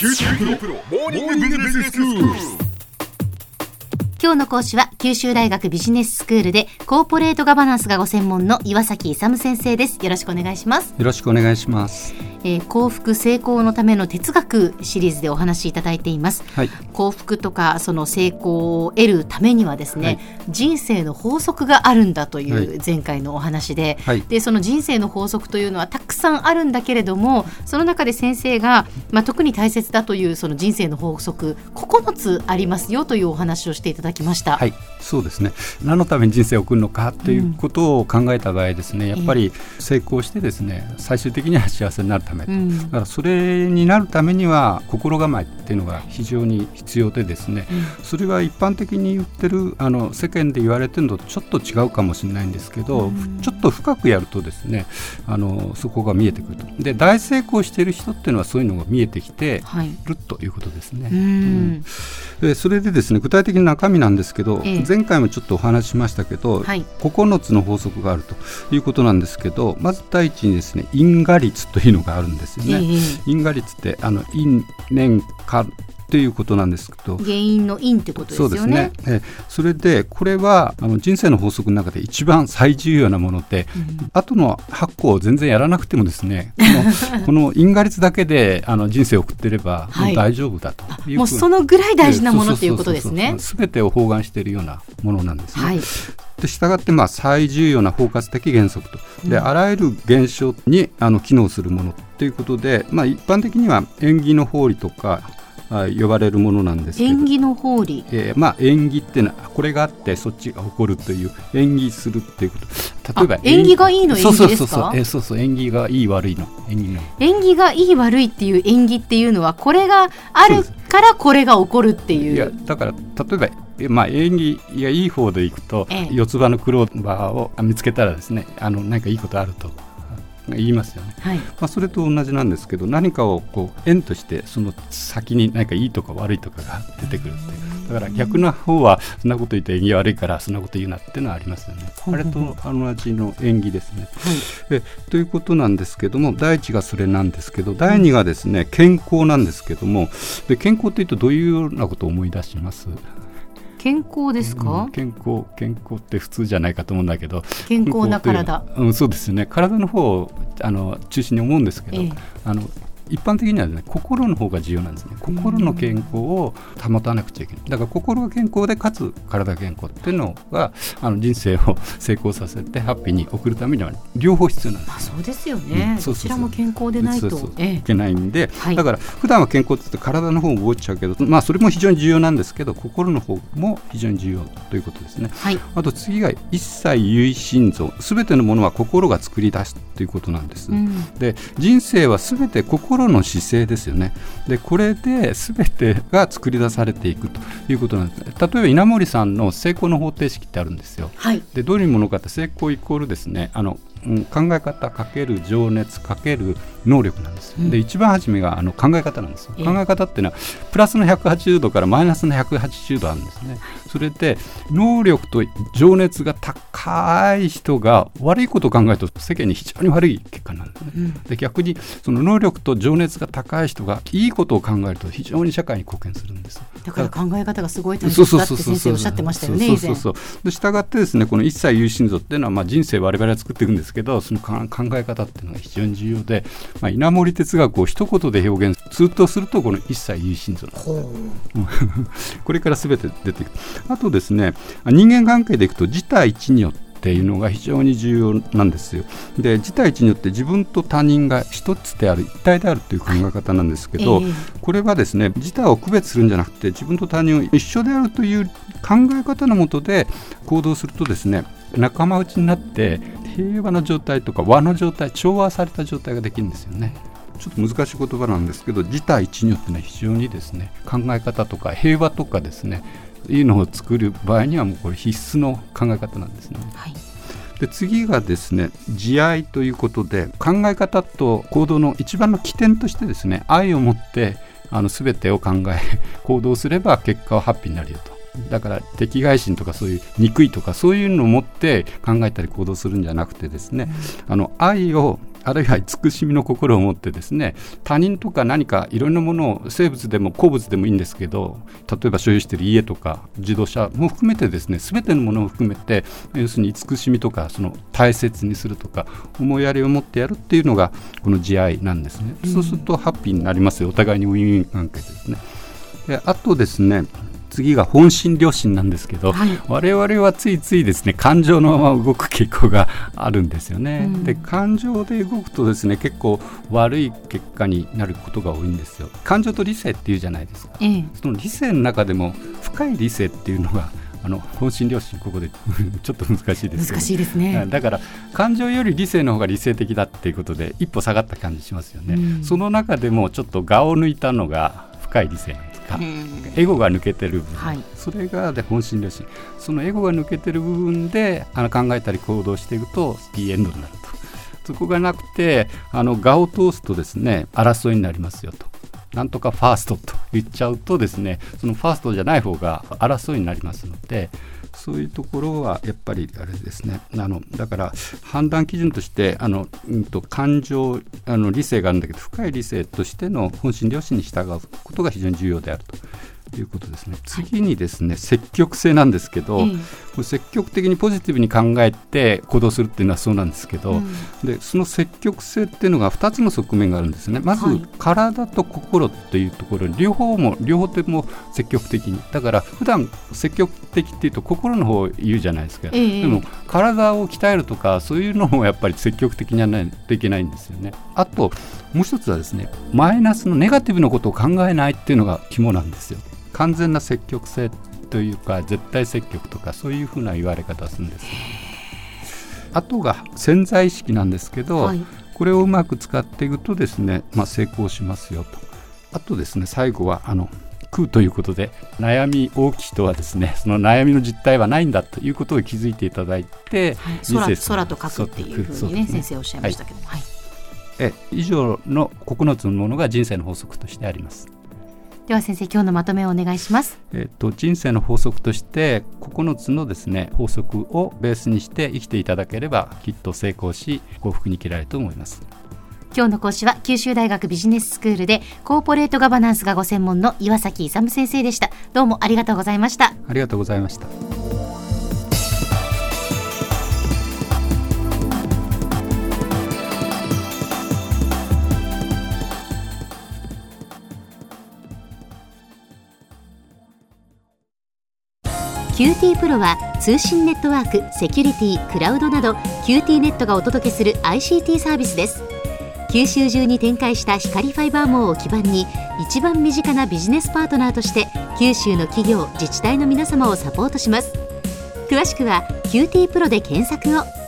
九州大学モーニングビジネススクール。 今日の講師は九州大学ビジネススクールでコーポレートガバナンスがご専門の岩崎勇先生です。よろしくお願いします。 よろしくお願いします。 幸福成功のための哲学シリーズでお話しいただいています、はい、幸福とかその成功を得るためにはですね、はい、人生の法則があるんだという前回のお話で、はい、でその人生の法則というのはたくさんあるんだけれども、その中で先生が、特に大切だというその人生の法則9つありますよというお話をしていただきました。 はい、そうですね。何のために人生を送るのかということを考えた場合ですね、やっぱり成功してですね、最終的には幸せになるため、だからそれになるためには心構えっていうのが非常に必要でですね、それは一般的に言ってる世間で言われてるのとちょっと違うかもしれないんですけど、ちょっと深くやるとですね、そこが見えてくると。で、大成功している人っていうのはそういうのが見えてきてるということですね。でそれでですね、具体的な中身なんですけど、前回もちょっとお話ししましたけど、9つの法則があるということなんですけど、まず第一にですね、因果率というのがあるんですよね。因果率って因縁果ということなんですけど、 原因の因ってことですよね。 そうですね。それでこれは人生の法則の中で一番最重要なもので、後の8個を全然やらなくてもですね、この因果率だけで人生を送っていればもう大丈夫だという、 もうそのぐらい大事なものということですね。 全てを包含しているようなものなんですね。で従って最重要な包括的原則とで、あらゆる現象に機能するものということで、一般的には縁起の法理とか呼ばれるものなんですけど、 縁起の法理、 縁起ってのはこれがあってそっちが起こるという縁起するっていうこと。例えば縁起がいいの縁起ですか？ そう縁起がいい悪いの縁起がいい悪いっていう縁起っていうのはこれがあるからこれが起こるっていう。 いやだから例えば縁起がいい方でいくと、四つ葉のクローバーを見つけたらですね、何かいいことあると言いますよね。それと同じなんですけど、何かを縁としてその先に何かいいとか悪いとかが出てくるっていう。だから逆の方はそんなこと言って縁起悪いからそんなこと言うなっていうのはありますよね。あれと同じの縁起ですね。ということなんですけども、第一がそれなんですけど、第二がですね、健康なんですけども、で健康というとどういうようなことを思い出します？ 健康ですか？ 健康って普通じゃないかと思うんだけど、 健康な体、 そうですね。体の方を中心に思うんですけど、一般的には、ね、心の方が重要なんですね。心の健康を保たなくちゃいけない。だから心が健康でかつ体が健康っていうのが人生を成功させてハッピーに送るためには両方必要なんです。 そうですよね。どちらも健康でないといけないんで、だから普段は健康って言って体の方を覚えちゃうけど、それも非常に重要なんですけど、心の方も非常に重要ということですね。あと次が一切唯心造、すべてのものは心が作り出すということなんです。で人生はすべて心の姿勢ですよね。でこれで全てが作り出されていくということなんです。例えば稲森さんの成功の方程式ってあるんですよ。でどういうものかって、成功イコールですね、考え方かける情熱かける能力なんです。で一番初めが考え方なんです。考え方っていうのはプラスの180度からマイナスの180度あるんですね。それで能力と情熱が高い人が悪いことを考えると世間に非常に悪い結果なんですね。で逆にその能力と情熱が高い人がいいことを考えると非常に社会に貢献するんです。 だから考え方がすごい大切だって先生おっしゃってましたよね。 で従ってですね、この一切唯心造っていうのは人生我々は作っていくんですけど、その考え方っていうのが非常に重要で、稲森哲学を一言で表現するとこの一切唯心造これから全て出ていく。あとですね、人間関係でいくと自他一如っていうのが非常に重要なんですよ。で自他一如って自分と他人が一つである、一体であるという考え方なんですけど、これはですね、自他を区別するんじゃなくて自分と他人を一緒であるという考え方のもとで行動するとですね、仲間内になって平和な状態とか和の状態、調和された状態ができるんですよね。ちょっと難しい言葉なんですけど、自他一如っていうのは非常にですね、考え方とか平和とかですね、いいのを作る場合にはもうこれ必須の考え方なんですね。で次がですね、慈愛ということで、考え方と行動の一番の起点としてですね、愛を持って全てを考え行動すれば結果はハッピーになるよと。だから敵外心とかそういう憎いとかそういうのを持って考えたり行動するんじゃなくてですね、愛をあるいは慈しみの心を持ってですね、他人とか何かいろんなものを、生物でも鉱物でもいいんですけど、例えば所有している家とか自動車も含めてですね、全てのものを含めて、要するに慈しみとかその大切にするとか思いやりを持ってやるっていうのがこの慈愛なんですね。そうするとハッピーになりますよ。お互いにウィンウィン関係ですね。であとですね、次が本心良心なんですけど、はい、我々はついついですね、感情のまま動く傾向があるんですよね。で感情で動くとですね、結構悪い結果になることが多いんですよ。感情と理性っていうじゃないですか、その理性の中でも深い理性っていうのが本心良心、ここでちょっと難しいですけど、 難しいですね。 だから感情より理性の方が理性的だっていうことで一歩下がった感じしますよね。その中でもちょっと我を抜いたのが深い理性なんですか。エゴが抜けてる部分、はい、それがで本心良心、そのエゴが抜けてる部分で考えたり行動していくといいエンドになると。そこがなくて我を通すとですね、争いになりますよと。なんとかファーストと言っちゃうとですね、そのファーストじゃない方が争いになりますので、そういうところはやっぱりあれですね、だから判断基準として感情理性があるんだけど、深い理性としての本心良心に従うことが非常に重要であるということですね。次にですね、積極性なんですけど、積極的にポジティブに考えて行動するっていうのはそうなんですけど、でその積極性っていうのが2つの側面があるんですね。まず、体と心っていうところに両方とも積極的に、だから普段積極的っていうと心の方を言うじゃないですか、でも体を鍛えるとかそういうのもやっぱり積極的にやらないといけないんですよね。あともう一つはですね、マイナスのネガティブなことを考えないっていうのが肝なんですよ。完全な積極性というか絶対積極とかそういうふうな言われ方をするんです。あとが潜在意識なんですけど、これをうまく使っていくとですね、成功しますよと。あとですね、最後は空ということで、悩み大きい人はですね、その悩みの実態はないんだということを気づいていただいて、 空と書くっていうふうにね、先生おっしゃいましたけど、 以上の9つのものが人生の法則としてあります。 では先生、今日のまとめをお願いします。 人生の法則として9つのですね、法則をベースにして生きていただければきっと成功し幸福に生きられると思います。 今日の講師は九州大学ビジネススクールでコーポレートガバナンスがご専門の岩崎勇先生でした。どうもありがとうございました。 ありがとうございました。 QT プロは通信ネットワーク、セキュリティ、クラウドなど QT ネットがお届けする ICT サービスです。九州中に展開した光ファイバー網を基盤に一番身近なビジネスパートナーとして九州の企業、自治体の皆様をサポートします。詳しくは QT プロで検索を。